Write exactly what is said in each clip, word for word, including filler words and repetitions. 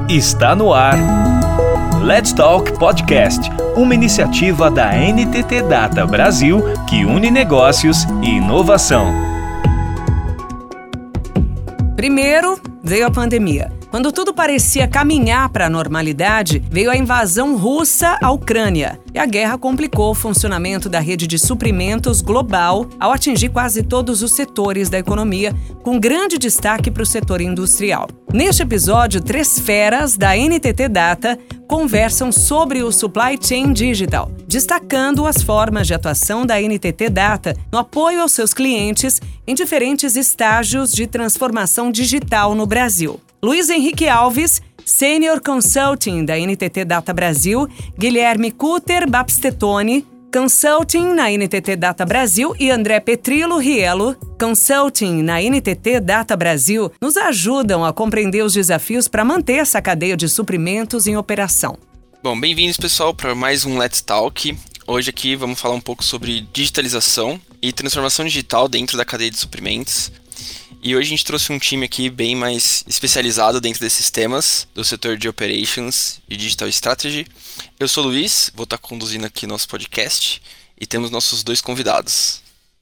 Está no ar. Let's Talk Podcast, uma iniciativa da N T T Data Brasil que une negócios e inovação. Primeiro, veio a pandemia. Quando tudo parecia caminhar para a normalidade, veio a invasão russa à Ucrânia. E a guerra complicou o funcionamento da rede de suprimentos global ao atingir quase todos os setores da economia, com grande destaque para o setor industrial. Neste episódio, três feras da N T T Data conversam sobre o Supply Chain Digital, destacando as formas de atuação da N T T Data no apoio aos seus clientes em diferentes estágios de transformação digital no Brasil. Luiz Henrique Alves, Senior Consulting da N T T Data Brasil, Guilherme Cutter Bapstetoni, Consulting na N T T Data Brasil e André Petrillo Riello, Consulting na N T T Data Brasil, nos ajudam a compreender os desafios para manter essa cadeia de suprimentos em operação. Bom, bem-vindos pessoal para mais um Let's Talk. Hoje aqui vamos falar um pouco sobre digitalização e transformação digital dentro da cadeia de suprimentos. E hoje a gente trouxe um time aqui bem mais especializado dentro desses temas, do setor de Operations e Digital Strategy. Eu sou o Luiz, vou estar conduzindo aqui nosso podcast e temos nossos dois convidados.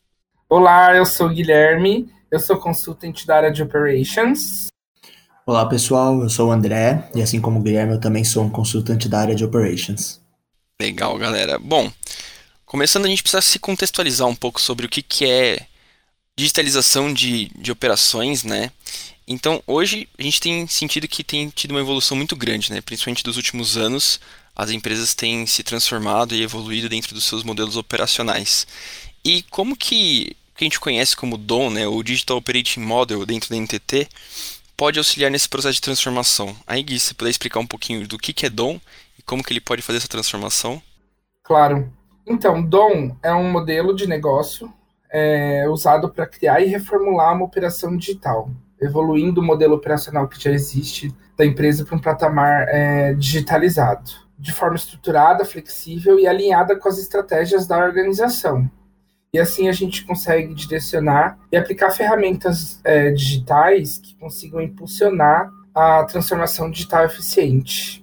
Olá, eu sou o Guilherme, eu sou consultante da área de Operations. Olá pessoal, eu sou o André e assim como o Guilherme eu também sou um consultante da área de Operations. Legal, galera. Bom, começando a gente precisa se contextualizar um pouco sobre o que, que é digitalização de, de operações, né? Então, hoje a gente tem sentido que tem tido uma evolução muito grande, né? Principalmente dos últimos anos, as empresas têm se transformado e evoluído dentro dos seus modelos operacionais. E como que, que a gente conhece como D O M, né? O Digital Operating Model dentro da N T T, pode auxiliar nesse processo de transformação? Aí, Gui, se você puder explicar um pouquinho do que, que é D O M e como que ele pode fazer essa transformação? Claro. Então, D O M é um modelo de negócio É, usado para criar e reformular uma operação digital, evoluindo o modelo operacional que já existe da empresa para um patamar é, digitalizado, de forma estruturada, flexível e alinhada com as estratégias da organização. E assim a gente consegue direcionar e aplicar ferramentas é, digitais que consigam impulsionar a transformação digital eficiente.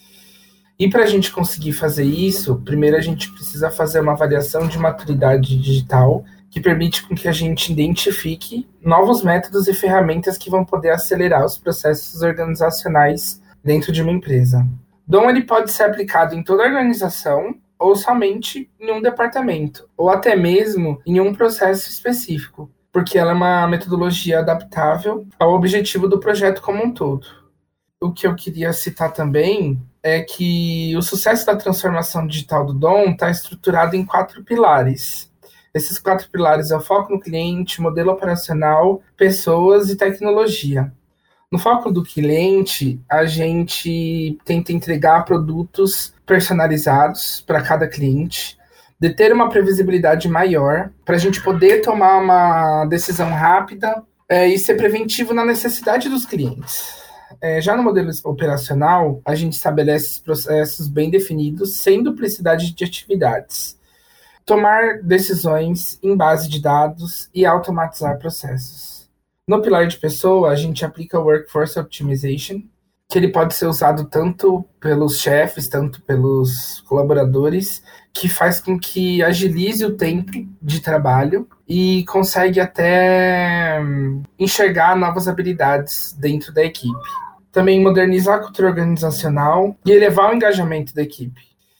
E para a gente conseguir fazer isso, primeiro a gente precisa fazer uma avaliação de maturidade digital que permite com que a gente identifique novos métodos e ferramentas que vão poder acelerar os processos organizacionais dentro de uma empresa. D O M ele pode ser aplicado em toda a organização ou somente em um departamento, ou até mesmo em um processo específico, porque ela é uma metodologia adaptável ao objetivo do projeto como um todo. O que eu queria citar também é que o sucesso da transformação digital do D O M está estruturado em quatro pilares. Esses quatro pilares é o foco no cliente, modelo operacional, pessoas e tecnologia. No foco do cliente, a gente tenta entregar produtos personalizados para cada cliente, de ter uma previsibilidade maior, para a gente poder tomar uma decisão rápida é, e ser preventivo na necessidade dos clientes. É, já no modelo operacional, a gente estabelece processos bem definidos, sem duplicidade de atividades. Tomar decisões em base de dados e automatizar processos. No pilar de pessoa, a gente aplica o Workforce Optimization, que ele pode ser usado tanto pelos chefes, tanto pelos colaboradores, que faz com que agilize o tempo de trabalho e consegue até enxergar novas habilidades dentro da equipe. Também modernizar a cultura organizacional e elevar o engajamento da equipe.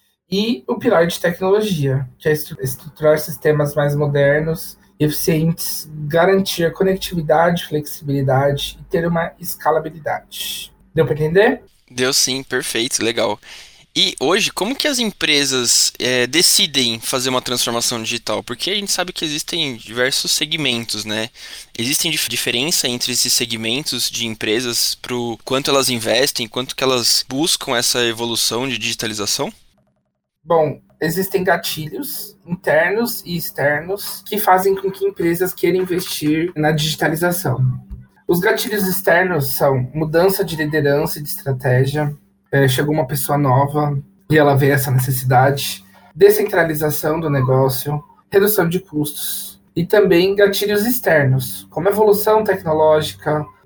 E o pilar de tecnologia, que é estruturar sistemas mais modernos, eficientes, garantir a conectividade, flexibilidade e ter uma escalabilidade. Deu para entender? Deu sim, perfeito, legal. E hoje, como que as empresas é, decidem fazer uma transformação digital? Porque a gente sabe que existem diversos segmentos, né? Existem dif- diferença entre esses segmentos de empresas para o quanto elas investem, quanto que elas buscam essa evolução de digitalização? Bom, existem gatilhos internos e externos que fazem com que empresas queiram investir na digitalização. Os gatilhos externos são mudança de liderança e de estratégia, é, chegou uma pessoa nova e ela vê essa necessidade, descentralização do negócio, redução de custos e também gatilhos externos, como evolução tecnológica,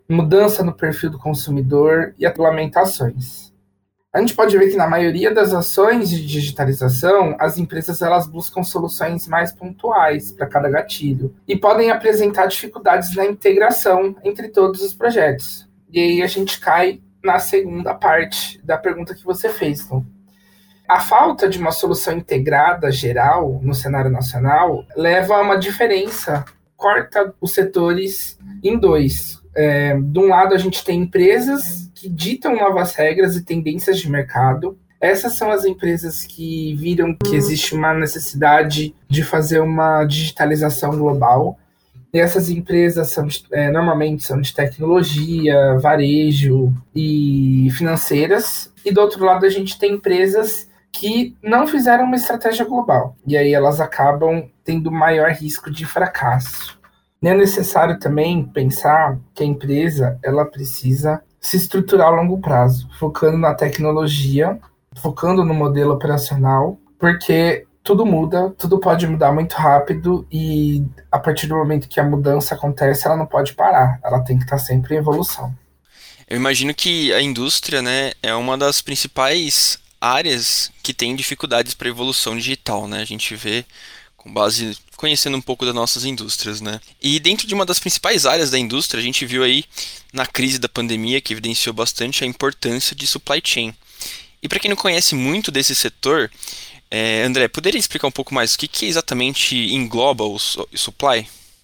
mudança no perfil do consumidor e regulamentações. A gente pode ver que na maioria das ações de digitalização, as empresas elas buscam soluções mais pontuais para cada gatilho e podem apresentar dificuldades na integração entre todos os projetos. E aí a gente cai na segunda parte da pergunta que você fez, Tom. A falta de uma solução integrada geral no cenário nacional leva a uma diferença, corta os setores em dois. É, de um lado, a gente tem empresas que ditam novas regras e tendências de mercado. Essas são as empresas que viram que existe uma necessidade de fazer uma digitalização global. E essas empresas são, é, normalmente são de tecnologia, varejo e financeiras. E do outro lado, a gente tem empresas que não fizeram uma estratégia global. E aí elas acabam tendo maior risco de fracasso. É necessário também pensar que a empresa ela precisa se estruturar a longo prazo, focando na tecnologia, focando no modelo operacional, porque tudo muda, tudo pode mudar muito rápido e a partir do momento que a mudança acontece, ela não pode parar, ela tem que estar sempre em evolução. Eu imagino que a indústria, né, é uma das principais áreas que tem dificuldades para a evolução digital, né? A gente vê com base, conhecendo um pouco das nossas indústrias, né? E dentro de uma das principais áreas da indústria, a gente viu aí na crise da pandemia, que evidenciou bastante a importância de supply chain. E para quem não conhece muito desse setor, é, André, poderia explicar um pouco mais o que, que exatamente engloba o supply?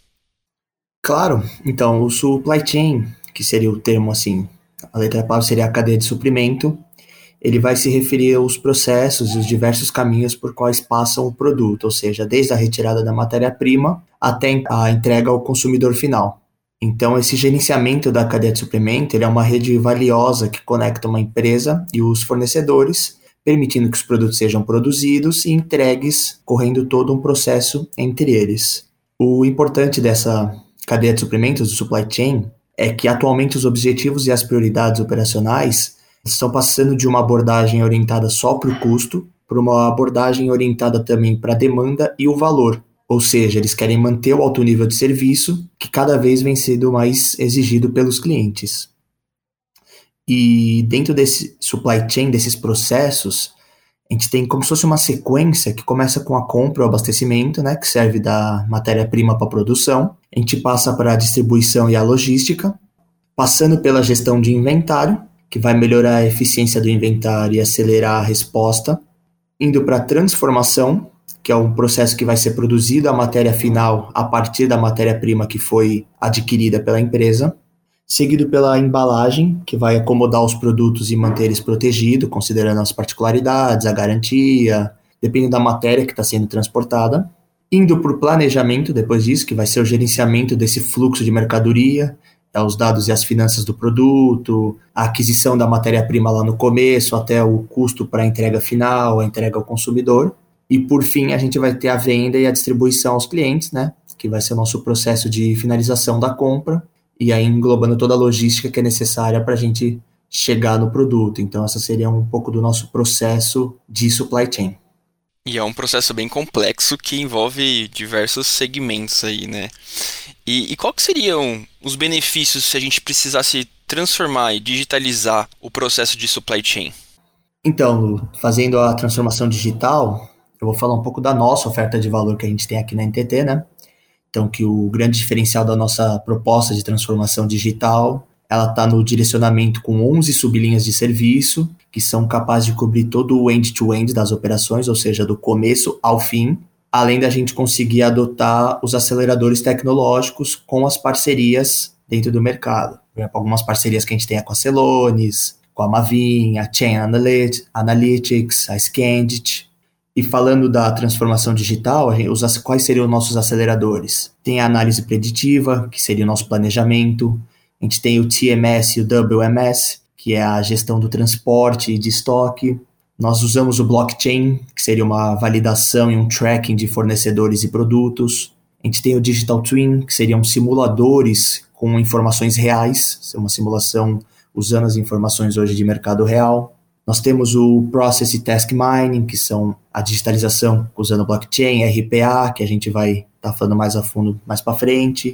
Claro, então o supply chain, que seria o termo assim, a letra palavra seria a cadeia de suprimento, ele vai se referir aos processos e os diversos caminhos por quais passam o produto, ou seja, desde a retirada da matéria-prima até a entrega ao consumidor final. Então, esse gerenciamento da cadeia de suprimento ele é uma rede valiosa que conecta uma empresa e os fornecedores, permitindo que os produtos sejam produzidos e entregues, correndo todo um processo entre eles. O importante dessa cadeia de suprimentos, do supply chain, é que atualmente os objetivos e as prioridades operacionais estão passando de uma abordagem orientada só para o custo, para uma abordagem orientada também para a demanda e o valor. Ou seja, eles querem manter o alto nível de serviço, que cada vez vem sendo mais exigido pelos clientes. E dentro desse supply chain, desses processos, a gente tem como se fosse uma sequência que começa com a compra, o abastecimento, né, que serve da matéria-prima para a produção. A gente passa para a distribuição e a logística, passando pela gestão de inventário, que vai melhorar a eficiência do inventário e acelerar a resposta, indo para a transformação, que é um processo que vai ser produzido a matéria final a partir da matéria-prima que foi adquirida pela empresa, seguido pela embalagem, que vai acomodar os produtos e manter eles protegidos, considerando as particularidades, a garantia, dependendo da matéria que está sendo transportada, indo para o planejamento depois disso, que vai ser o gerenciamento desse fluxo de mercadoria, os dados e as finanças do produto, a aquisição da matéria-prima lá no começo, até o custo para a entrega final, a entrega ao consumidor. E, por fim, a gente vai ter a venda e a distribuição aos clientes, né? Que vai ser o nosso processo de finalização da compra, e aí englobando toda a logística que é necessária para a gente chegar no produto. Então, essa seria um pouco do nosso processo de supply chain. E é um processo bem complexo que envolve diversos segmentos aí, né? E, e qual que seriam os benefícios se a gente precisasse transformar e digitalizar o processo de supply chain? Então, fazendo a transformação digital, eu vou falar um pouco da nossa oferta de valor que a gente tem aqui na N T T, né? Então, que o grande diferencial da nossa proposta de transformação digital, ela está no direcionamento com onze sublinhas de serviço, que são capazes de cobrir todo o end-to-end das operações, ou seja, do começo ao fim, além da gente conseguir adotar os aceleradores tecnológicos com as parcerias dentro do mercado. Por exemplo, algumas parcerias que a gente tem é com a Celonis, com a Mavin, a Chain Analytics, a Scandit. E falando da transformação digital, a gente usa, quais seriam os nossos aceleradores? Tem a análise preditiva, que seria o nosso planejamento. A gente tem o T M S e o W M S, que é a gestão do transporte e de estoque. Nós usamos o blockchain, que seria uma validação e um tracking de fornecedores e produtos. A gente tem o Digital Twin, que seriam simuladores com informações reais, uma simulação usando as informações hoje de mercado real. Nós temos o Process e Task Mining, que são a digitalização usando blockchain, R P A, que a gente vai estar tá falando mais a fundo mais para frente.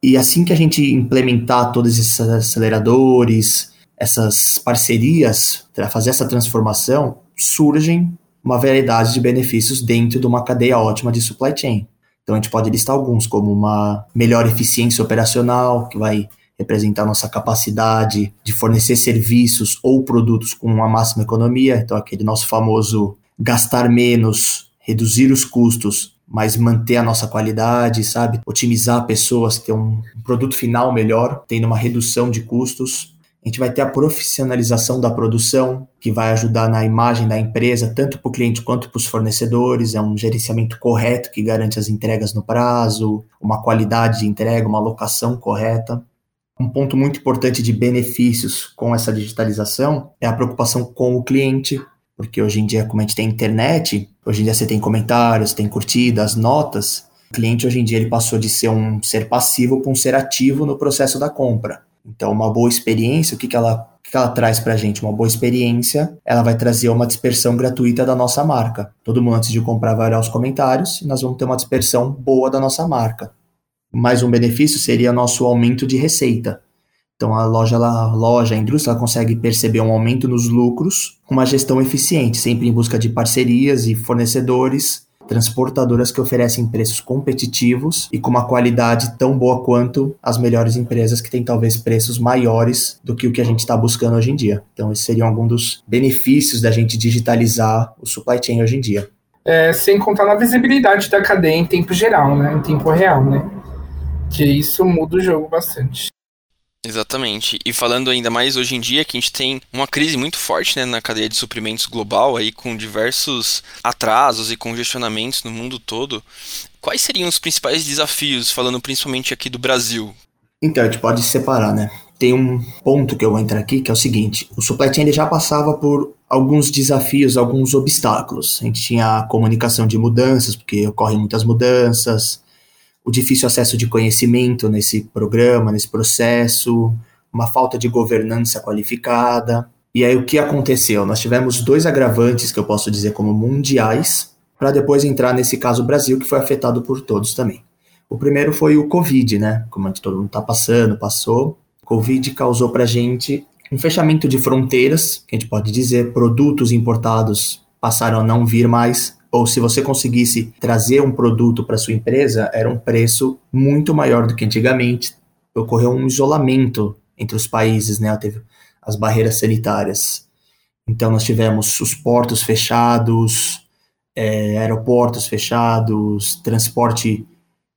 E assim que a gente implementar todos esses aceleradores, essas parcerias, para fazer essa transformação, surgem uma variedade de benefícios dentro de uma cadeia ótima de supply chain. Então a gente pode listar alguns, como uma melhor eficiência operacional, que vai representar nossa capacidade de fornecer serviços ou produtos com uma máxima economia, então aquele nosso famoso gastar menos, reduzir os custos, mas manter a nossa qualidade, sabe? Otimizar pessoas, ter um produto final melhor, tendo uma redução de custos. A gente vai ter a profissionalização da produção, que vai ajudar na imagem da empresa, tanto para o cliente quanto para os fornecedores. É um gerenciamento correto que garante as entregas no prazo, uma qualidade de entrega, uma alocação correta. Um ponto muito importante de benefícios com essa digitalização é a preocupação com o cliente, porque hoje em dia, como a gente tem internet, hoje em dia você tem comentários, tem curtidas, notas. O cliente hoje em dia ele passou de ser um ser passivo para um ser ativo no processo da compra. Então, uma boa experiência, o que, que, ela, o que, que ela traz para a gente? Uma boa experiência, ela vai trazer uma dispersão gratuita da nossa marca. Todo mundo, antes de comprar, vai olhar os comentários e nós vamos ter uma dispersão boa da nossa marca. Mais um benefício seria nosso aumento de receita. Então, a loja, a, loja, a indústria, ela consegue perceber um aumento nos lucros com uma gestão eficiente, sempre em busca de parcerias e fornecedores, transportadoras que oferecem preços competitivos e com uma qualidade tão boa quanto as melhores empresas que têm talvez preços maiores do que o que a gente está buscando hoje em dia. Então, esses seriam alguns dos benefícios da gente digitalizar o supply chain hoje em dia. É, sem contar na visibilidade da cadeia em tempo geral, né? Em tempo real, né? Que isso muda o jogo bastante. Exatamente. E falando ainda mais hoje em dia, que a gente tem uma crise muito forte, né, na cadeia de suprimentos global, aí, com diversos atrasos e congestionamentos no mundo todo, quais seriam os principais desafios, falando principalmente aqui do Brasil? Então, a gente pode separar, né? Tem um ponto que eu vou entrar aqui, que é o seguinte: o supply chain ele já passava por alguns desafios, alguns obstáculos. A gente tinha a comunicação de mudanças, porque ocorrem muitas mudanças, o difícil acesso de conhecimento nesse programa, nesse processo, uma falta de governança qualificada. E aí o que aconteceu? Nós tivemos dois agravantes que eu posso dizer como mundiais, para depois entrar nesse caso Brasil, que foi afetado por todos também. O primeiro foi o Covid, né? Como a gente todo mundo está passando, passou. O Covid causou para a gente um fechamento de fronteiras, que a gente pode dizer, produtos importados passaram a não vir mais, ou se você conseguisse trazer um produto para sua empresa, era um preço muito maior do que antigamente. Ocorreu um isolamento entre os países, né? Teve as barreiras sanitárias. Então, nós tivemos os portos fechados, é, aeroportos fechados, transporte,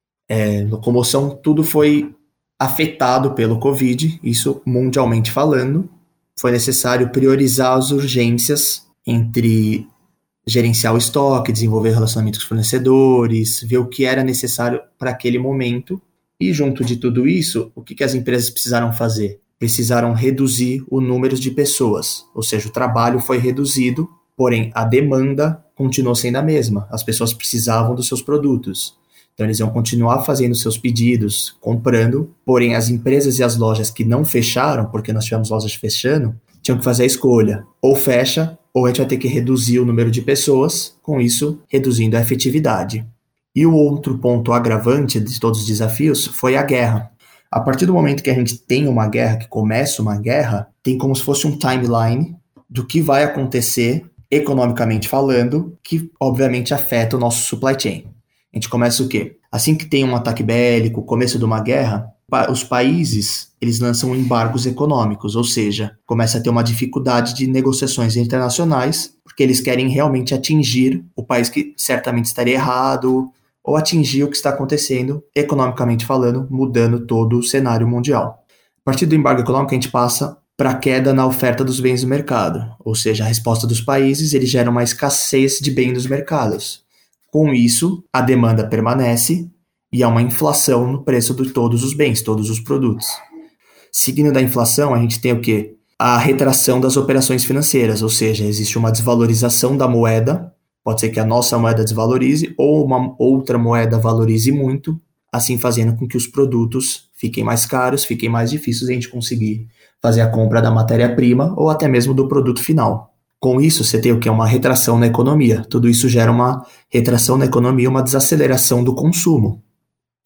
é, locomoção, tudo foi afetado pelo Covid, isso mundialmente falando. Foi necessário priorizar as urgências entre gerenciar o estoque, desenvolver relacionamentos com fornecedores, ver o que era necessário para aquele momento. E junto de tudo isso, o que, que as empresas precisaram fazer? Precisaram reduzir o número de pessoas, ou seja, o trabalho foi reduzido, porém a demanda continuou sendo a mesma. As pessoas precisavam dos seus produtos. Então eles iam continuar fazendo seus pedidos, comprando, porém as empresas e as lojas que não fecharam, porque nós tivemos lojas fechando, tinham que fazer a escolha. Ou fecha, ou a gente vai ter que reduzir o número de pessoas, com isso reduzindo a efetividade. E o outro ponto agravante de todos os desafios foi a guerra. A partir do momento que a gente tem uma guerra, que começa uma guerra, tem como se fosse um timeline do que vai acontecer, economicamente falando, que obviamente afeta o nosso supply chain. A gente começa o quê? Assim que tem um ataque bélico, começo de uma guerra, os países eles lançam embargos econômicos, ou seja, começa a ter uma dificuldade de negociações internacionais, porque eles querem realmente atingir o país que certamente estaria errado, ou atingir o que está acontecendo, economicamente falando, mudando todo o cenário mundial. A partir do embargo econômico, a gente passa para a queda na oferta dos bens do mercado, ou seja, a resposta dos países ele gera uma escassez de bens dos mercados. Com isso, a demanda permanece e há uma inflação no preço de todos os bens, todos os produtos. Seguindo da inflação, a gente tem o quê? A retração das operações financeiras, ou seja, existe uma desvalorização da moeda, pode ser que a nossa moeda desvalorize ou uma outra moeda valorize muito, assim fazendo com que os produtos fiquem mais caros, fiquem mais difíceis de a gente conseguir fazer a compra da matéria-prima ou até mesmo do produto final. Com isso, você tem o que? Uma retração na economia. Tudo isso gera uma retração na economia, uma desaceleração do consumo.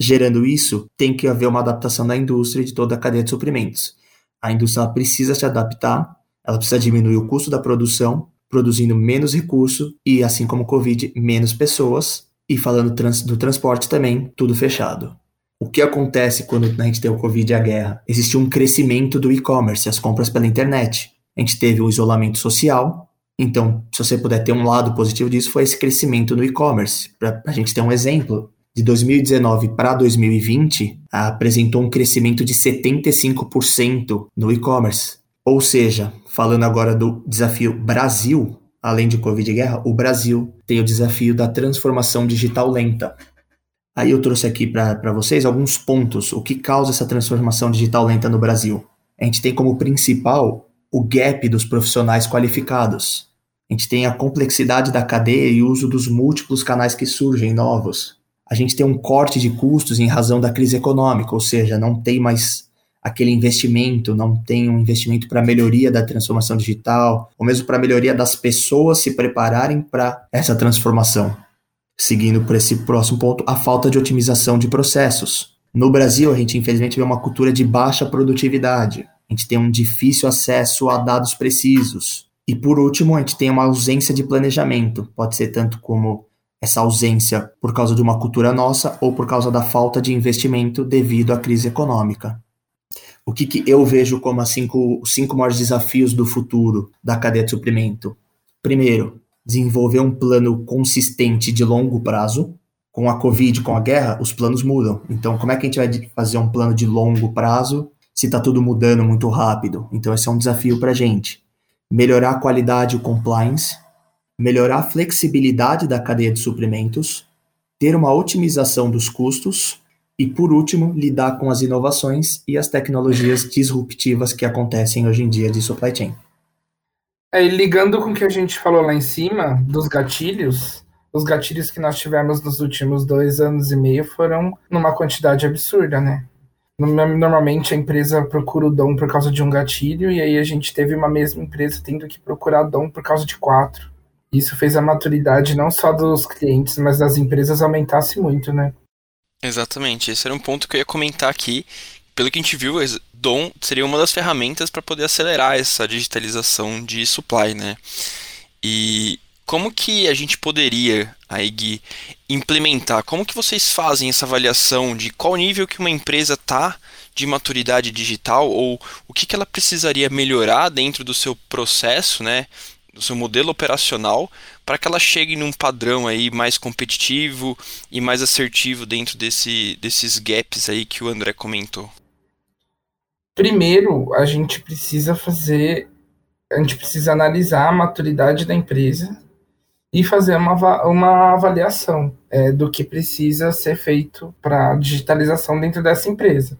Gerando isso, tem que haver uma adaptação da indústria e de toda a cadeia de suprimentos. A indústria ela precisa se adaptar, ela precisa diminuir o custo da produção, produzindo menos recurso e, assim como o Covid, menos pessoas. E falando trans, do transporte também, tudo fechado. O que acontece quando a gente tem o Covid e a guerra? Existe um crescimento do e-commerce, as compras pela internet. A gente teve o isolamento social. Então, se você puder ter um lado positivo disso, foi esse crescimento no e-commerce. Para a gente ter um exemplo, de dois mil e dezenove para dois mil e vinte, apresentou um crescimento de setenta e cinco por cento no e-commerce. Ou seja, falando agora do desafio Brasil, além de Covid e guerra, o Brasil tem o desafio da transformação digital lenta. Aí eu trouxe aqui para vocês alguns pontos, o que causa essa transformação digital lenta no Brasil. A gente tem como principal o gap dos profissionais qualificados. A gente tem a complexidade da cadeia e o uso dos múltiplos canais que surgem novos. A gente tem um corte de custos em razão da crise econômica, ou seja, não tem mais aquele investimento, não tem um investimento para a melhoria da transformação digital, ou mesmo para a melhoria das pessoas se prepararem para essa transformação. Seguindo por esse próximo ponto, a falta de otimização de processos. No Brasil, a gente infelizmente vê uma cultura de baixa produtividade. A gente tem um difícil acesso a dados precisos. E por último, a gente tem uma ausência de planejamento. Pode ser tanto como essa ausência por causa de uma cultura nossa ou por causa da falta de investimento devido à crise econômica. O que, que eu vejo como assim, os cinco maiores desafios do futuro da cadeia de suprimento? Primeiro, desenvolver um plano consistente de longo prazo. Com a Covid, com a guerra, os planos mudam. Então, como é que a gente vai fazer um plano de longo prazo se está tudo mudando muito rápido? Então, esse é um desafio para a gente. Melhorar a qualidade e o compliance, melhorar a flexibilidade da cadeia de suprimentos, ter uma otimização dos custos e, por último, lidar com as inovações e as tecnologias disruptivas que acontecem hoje em dia de supply chain. É, ligando com o que a gente falou lá em cima, dos gatilhos, os gatilhos que nós tivemos nos últimos dois anos e meio foram numa quantidade absurda, né? Normalmente a empresa procura o D O M por causa de um gatilho, e aí a gente teve uma mesma empresa tendo que procurar D O M por causa de quatro. Isso fez a maturidade não só dos clientes, mas das empresas aumentasse muito, né? Exatamente, esse era um ponto que eu ia comentar aqui. Pelo que a gente viu, D O M seria uma das ferramentas para poder acelerar essa digitalização de supply, né? E como que a gente poderia, aí, Gui, implementar? Como que vocês fazem essa avaliação de qual nível que uma empresa está de maturidade digital, ou o que, que ela precisaria melhorar dentro do seu processo, né? Do seu modelo operacional, para que ela chegue num padrão aí mais competitivo e mais assertivo dentro desse, desses gaps aí que o André comentou? Primeiro, a gente precisa fazer, a gente precisa analisar a maturidade da empresa e fazer uma, uma avaliação é, do que precisa ser feito para a digitalização dentro dessa empresa.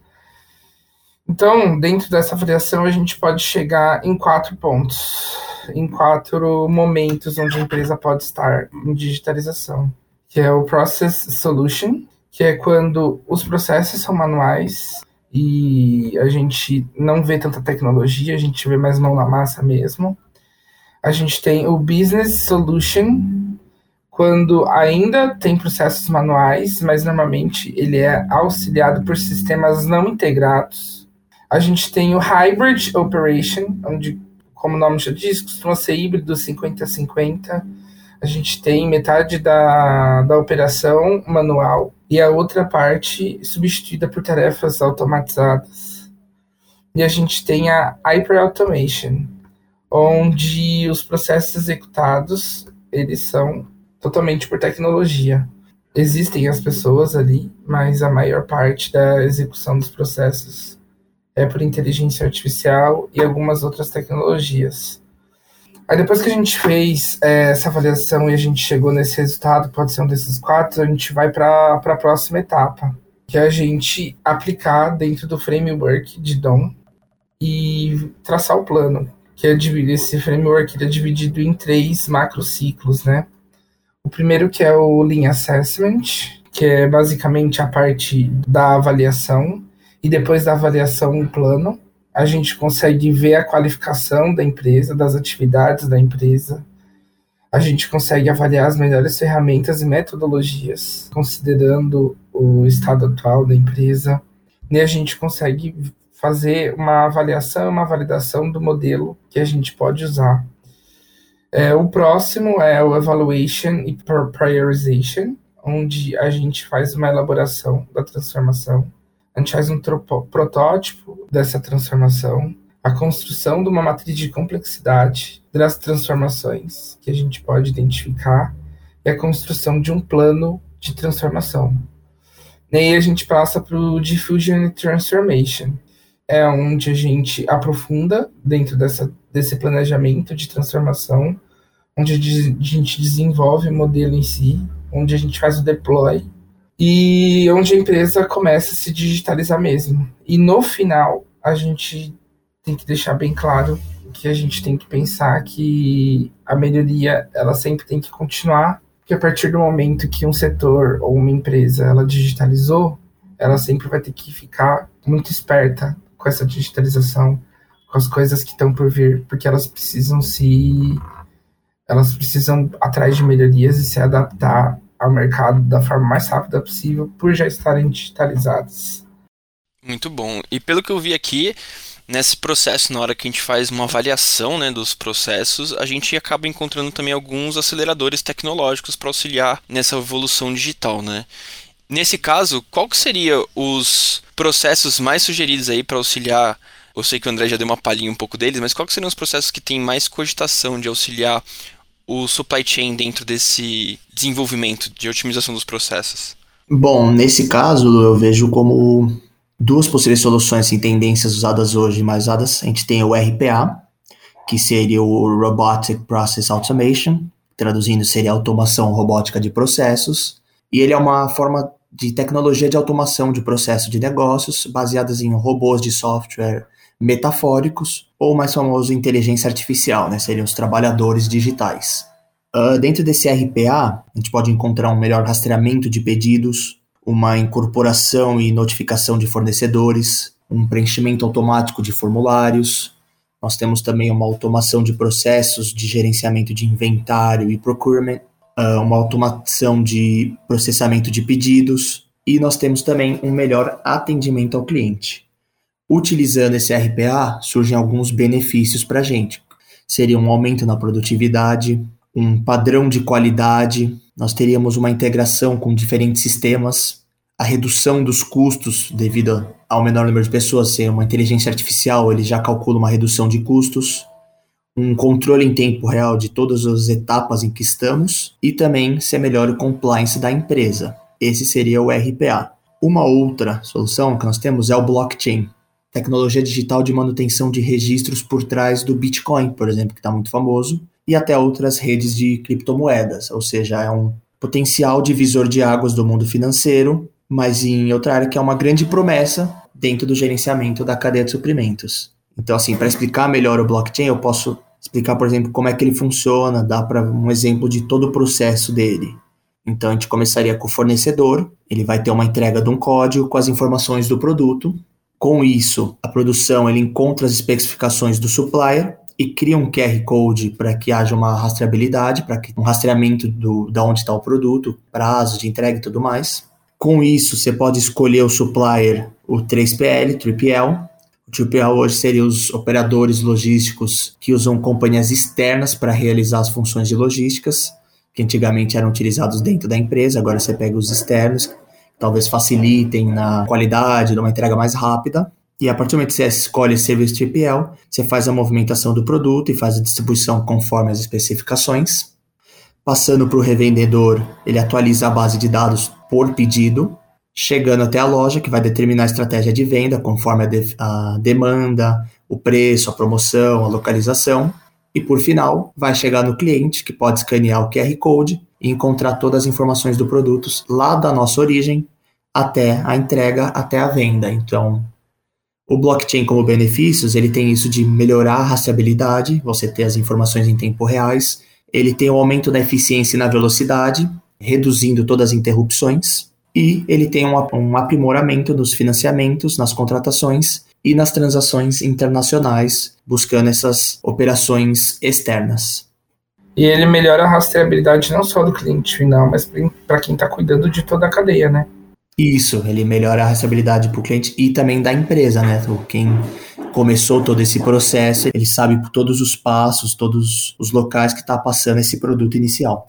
Então, dentro dessa avaliação, a gente pode chegar em quatro pontos, em quatro momentos onde a empresa pode estar em digitalização, que é o Process Solution, que é quando os processos são manuais e a gente não vê tanta tecnologia, a gente vê mais mão na massa mesmo. A gente tem o Business Solution, quando ainda tem processos manuais, mas normalmente ele é auxiliado por sistemas não integrados. A gente tem o Hybrid Operation, onde, como o nome já diz, costuma ser híbrido cinquenta a cinquenta. A gente tem metade da, da operação manual e a outra parte substituída por tarefas automatizadas. E a gente tem a Hyper Automation, onde os processos executados, eles são totalmente por tecnologia. Existem as pessoas ali, mas a maior parte da execução dos processos é por inteligência artificial e algumas outras tecnologias. Aí depois que a gente fez é, essa avaliação e a gente chegou nesse resultado, pode ser um desses quatro, a gente vai para a próxima etapa, que é a gente aplicar dentro do framework de D O M e traçar o plano, que é dividir, esse framework ele é dividido em três macrociclos, né? O primeiro que é o Lean Assessment, que é basicamente a parte da avaliação, e depois da avaliação um plano. A gente consegue ver a qualificação da empresa, das atividades da empresa. A gente consegue avaliar as melhores ferramentas e metodologias, considerando o estado atual da empresa, e a gente consegue fazer uma avaliação, uma validação do modelo que a gente pode usar. É, o próximo é o Evaluation e Priorization, onde a gente faz uma elaboração da transformação, a gente faz um tropo, protótipo dessa transformação, a construção de uma matriz de complexidade das transformações que a gente pode identificar e a construção de um plano de transformação. E aí a gente passa para o Diffusion e Transformation, é onde a gente aprofunda dentro dessa, desse planejamento de transformação, onde a gente desenvolve o modelo em si, onde a gente faz o deploy e onde a empresa começa a se digitalizar mesmo. E no final, a gente tem que deixar bem claro que a gente tem que pensar que a melhoria ela sempre tem que continuar, porque a partir do momento que um setor ou uma empresa ela digitalizou, ela sempre vai ter que ficar muito esperta com essa digitalização, com as coisas que estão por vir, porque elas precisam se elas precisam atrás de melhorias e se adaptar ao mercado da forma mais rápida possível por já estarem digitalizadas. Muito bom. E pelo que eu vi aqui, nesse processo, na hora que a gente faz uma avaliação, né, dos processos, a gente acaba encontrando também alguns aceleradores tecnológicos para auxiliar nessa evolução digital, né? Nesse caso, qual que seria os processos mais sugeridos aí para auxiliar? Eu sei que o André já deu uma palhinha um pouco deles, mas qual que seriam os processos que têm mais cogitação de auxiliar o supply chain dentro desse desenvolvimento de otimização dos processos? Bom, nesse caso eu vejo como duas possíveis soluções em tendências usadas hoje, mais usadas. A gente tem o R P A, que seria o Robotic Process Automation, traduzindo seria automação robótica de processos, e ele é uma forma de tecnologia de automação de processo de negócios baseadas em robôs de software metafóricos, ou mais famoso, inteligência artificial, né? Seriam os trabalhadores digitais. Uh, dentro desse R P A, a gente pode encontrar um melhor rastreamento de pedidos, uma incorporação e notificação de fornecedores, um preenchimento automático de formulários. Nós temos também uma automação de processos de gerenciamento de inventário e procurement, uh, uma automação de processamento de pedidos, e nós temos também um melhor atendimento ao cliente. Utilizando esse R P A, surgem alguns benefícios para a gente. Seria um aumento na produtividade, um padrão de qualidade, nós teríamos uma integração com diferentes sistemas, a redução dos custos devido ao menor número de pessoas, ser uma inteligência artificial, ele já calcula uma redução de custos, um controle em tempo real de todas as etapas em que estamos e também ser melhor o compliance da empresa. Esse seria o R P A. Uma outra solução que nós temos é o blockchain, tecnologia digital de manutenção de registros por trás do Bitcoin, por exemplo, que está muito famoso, e até outras redes de criptomoedas, ou seja, é um potencial divisor de águas do mundo financeiro, mas em outra área que é uma grande promessa dentro do gerenciamento da cadeia de suprimentos. Então, assim, para explicar melhor o blockchain, eu posso explicar, por exemplo, como é que ele funciona, dá para um exemplo de todo o processo dele. Então, a gente começaria com o fornecedor, ele vai ter uma entrega de um código com as informações do produto. Com isso, a produção ele encontra as especificações do supplier e cria um Q R Code para que haja uma rastreabilidade, para que um rastreamento do, de onde está o produto, prazo de entrega e tudo mais. Com isso, você pode escolher o supplier, o três P L, três P L. O três P L hoje seriam os operadores logísticos que usam companhias externas para realizar as funções de logísticas, que antigamente eram utilizados dentro da empresa, agora você pega os externos, que talvez facilitem na qualidade, numa entrega mais rápida. E a partir do momento que você escolhe esse serviço três P L, você faz a movimentação do produto e faz a distribuição conforme as especificações. Passando para o revendedor, ele atualiza a base de dados por pedido, chegando até a loja, que vai determinar a estratégia de venda conforme a, de- a demanda, o preço, a promoção, a localização. E por final, vai chegar no cliente, que pode escanear o Q R Code e encontrar todas as informações do produto lá da nossa origem até a entrega, até a venda. Então, o blockchain como benefícios, ele tem isso de melhorar a rastreabilidade, você ter as informações em tempo reais, ele tem o aumento da eficiência e na velocidade, reduzindo todas as interrupções, e ele tem um, um aprimoramento nos financiamentos, nas contratações e nas transações internacionais, buscando essas operações externas. E ele melhora a rastreabilidade não só do cliente final, mas para quem está cuidando de toda a cadeia, né? Isso, ele melhora a rastreabilidade para o cliente e também da empresa, né? Então, quem começou todo esse processo, ele sabe por todos os passos, todos os locais que está passando esse produto inicial.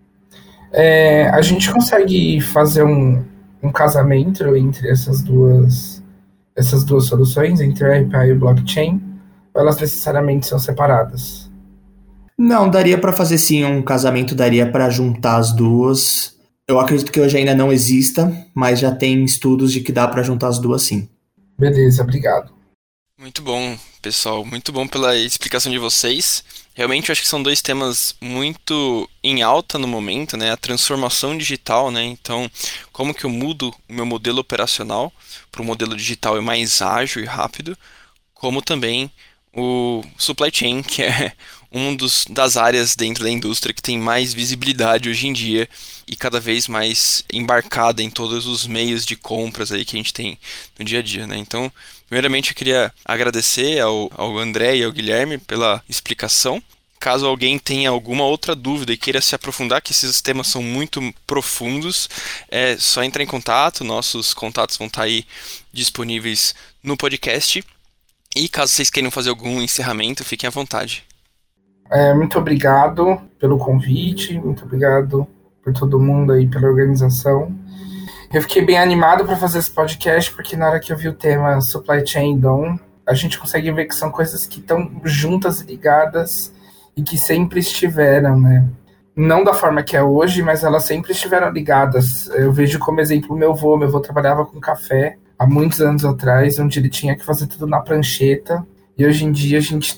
É, a gente consegue fazer um, um casamento entre essas duas, essas duas soluções, entre o R P A e o blockchain, ou elas necessariamente são separadas? Não, daria para fazer sim um casamento, daria para juntar as duas. Eu acredito que hoje ainda não exista, mas já tem estudos de que dá para juntar as duas sim. Beleza, obrigado. Muito bom, pessoal. Muito bom pela explicação de vocês. Realmente eu acho que são dois temas muito em alta no momento, né? A transformação digital, né? Então, como que eu mudo o meu modelo operacional para um modelo digital mais ágil e rápido, como também o supply chain, que é um dos, das áreas dentro da indústria que tem mais visibilidade hoje em dia e cada vez mais embarcada em todos os meios de compras aí que a gente tem no dia a dia, né? Então, primeiramente eu queria agradecer ao, ao André e ao Guilherme pela explicação. Caso alguém tenha alguma outra dúvida e queira se aprofundar, que esses temas são muito profundos, é só entrar em contato, nossos contatos vão estar aí disponíveis no podcast. E caso vocês queiram fazer algum encerramento, fiquem à vontade. É, muito obrigado pelo convite, muito obrigado por todo mundo aí, pela organização. Eu fiquei bem animado para fazer esse podcast, porque na hora que eu vi o tema Supply Chain D O M, a gente consegue ver que são coisas que estão juntas e ligadas e que sempre estiveram, né? Não da forma que é hoje, mas elas sempre estiveram ligadas. Eu vejo como exemplo o meu avô. Meu avô trabalhava com café há muitos anos atrás, onde ele tinha que fazer tudo na prancheta. E hoje em dia a gente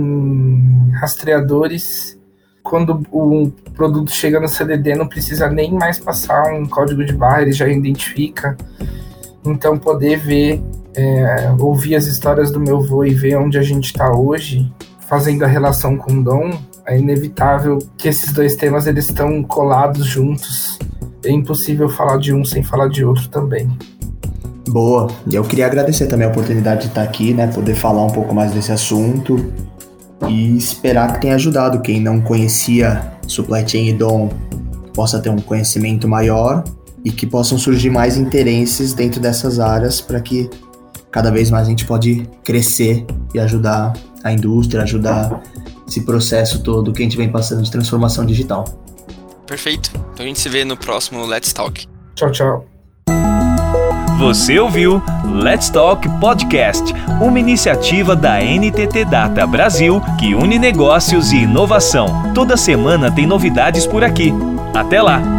tem rastreadores. Quando o produto chega no C D D, não precisa nem mais passar um código de barra, ele já identifica. Então, poder ver, é, ouvir as histórias do meu avô e ver onde a gente está hoje, fazendo a relação com o D O M, é inevitável que esses dois temas eles estão colados juntos. É impossível falar de um sem falar de outro também. Boa, eu queria agradecer também a oportunidade de estar aqui, né, poder falar um pouco mais desse assunto e esperar que tenha ajudado quem não conhecia Supply Chain e D O M, possa ter um conhecimento maior e que possam surgir mais interesses dentro dessas áreas para que cada vez mais a gente pode crescer e ajudar a indústria, ajudar esse processo todo que a gente vem passando de transformação digital. Perfeito, então a gente se vê no próximo Let's Talk. Tchau, tchau. Você ouviu Let's Talk Podcast, uma iniciativa da N T T Data Brasil que une negócios e inovação. Toda semana tem novidades por aqui. Até lá!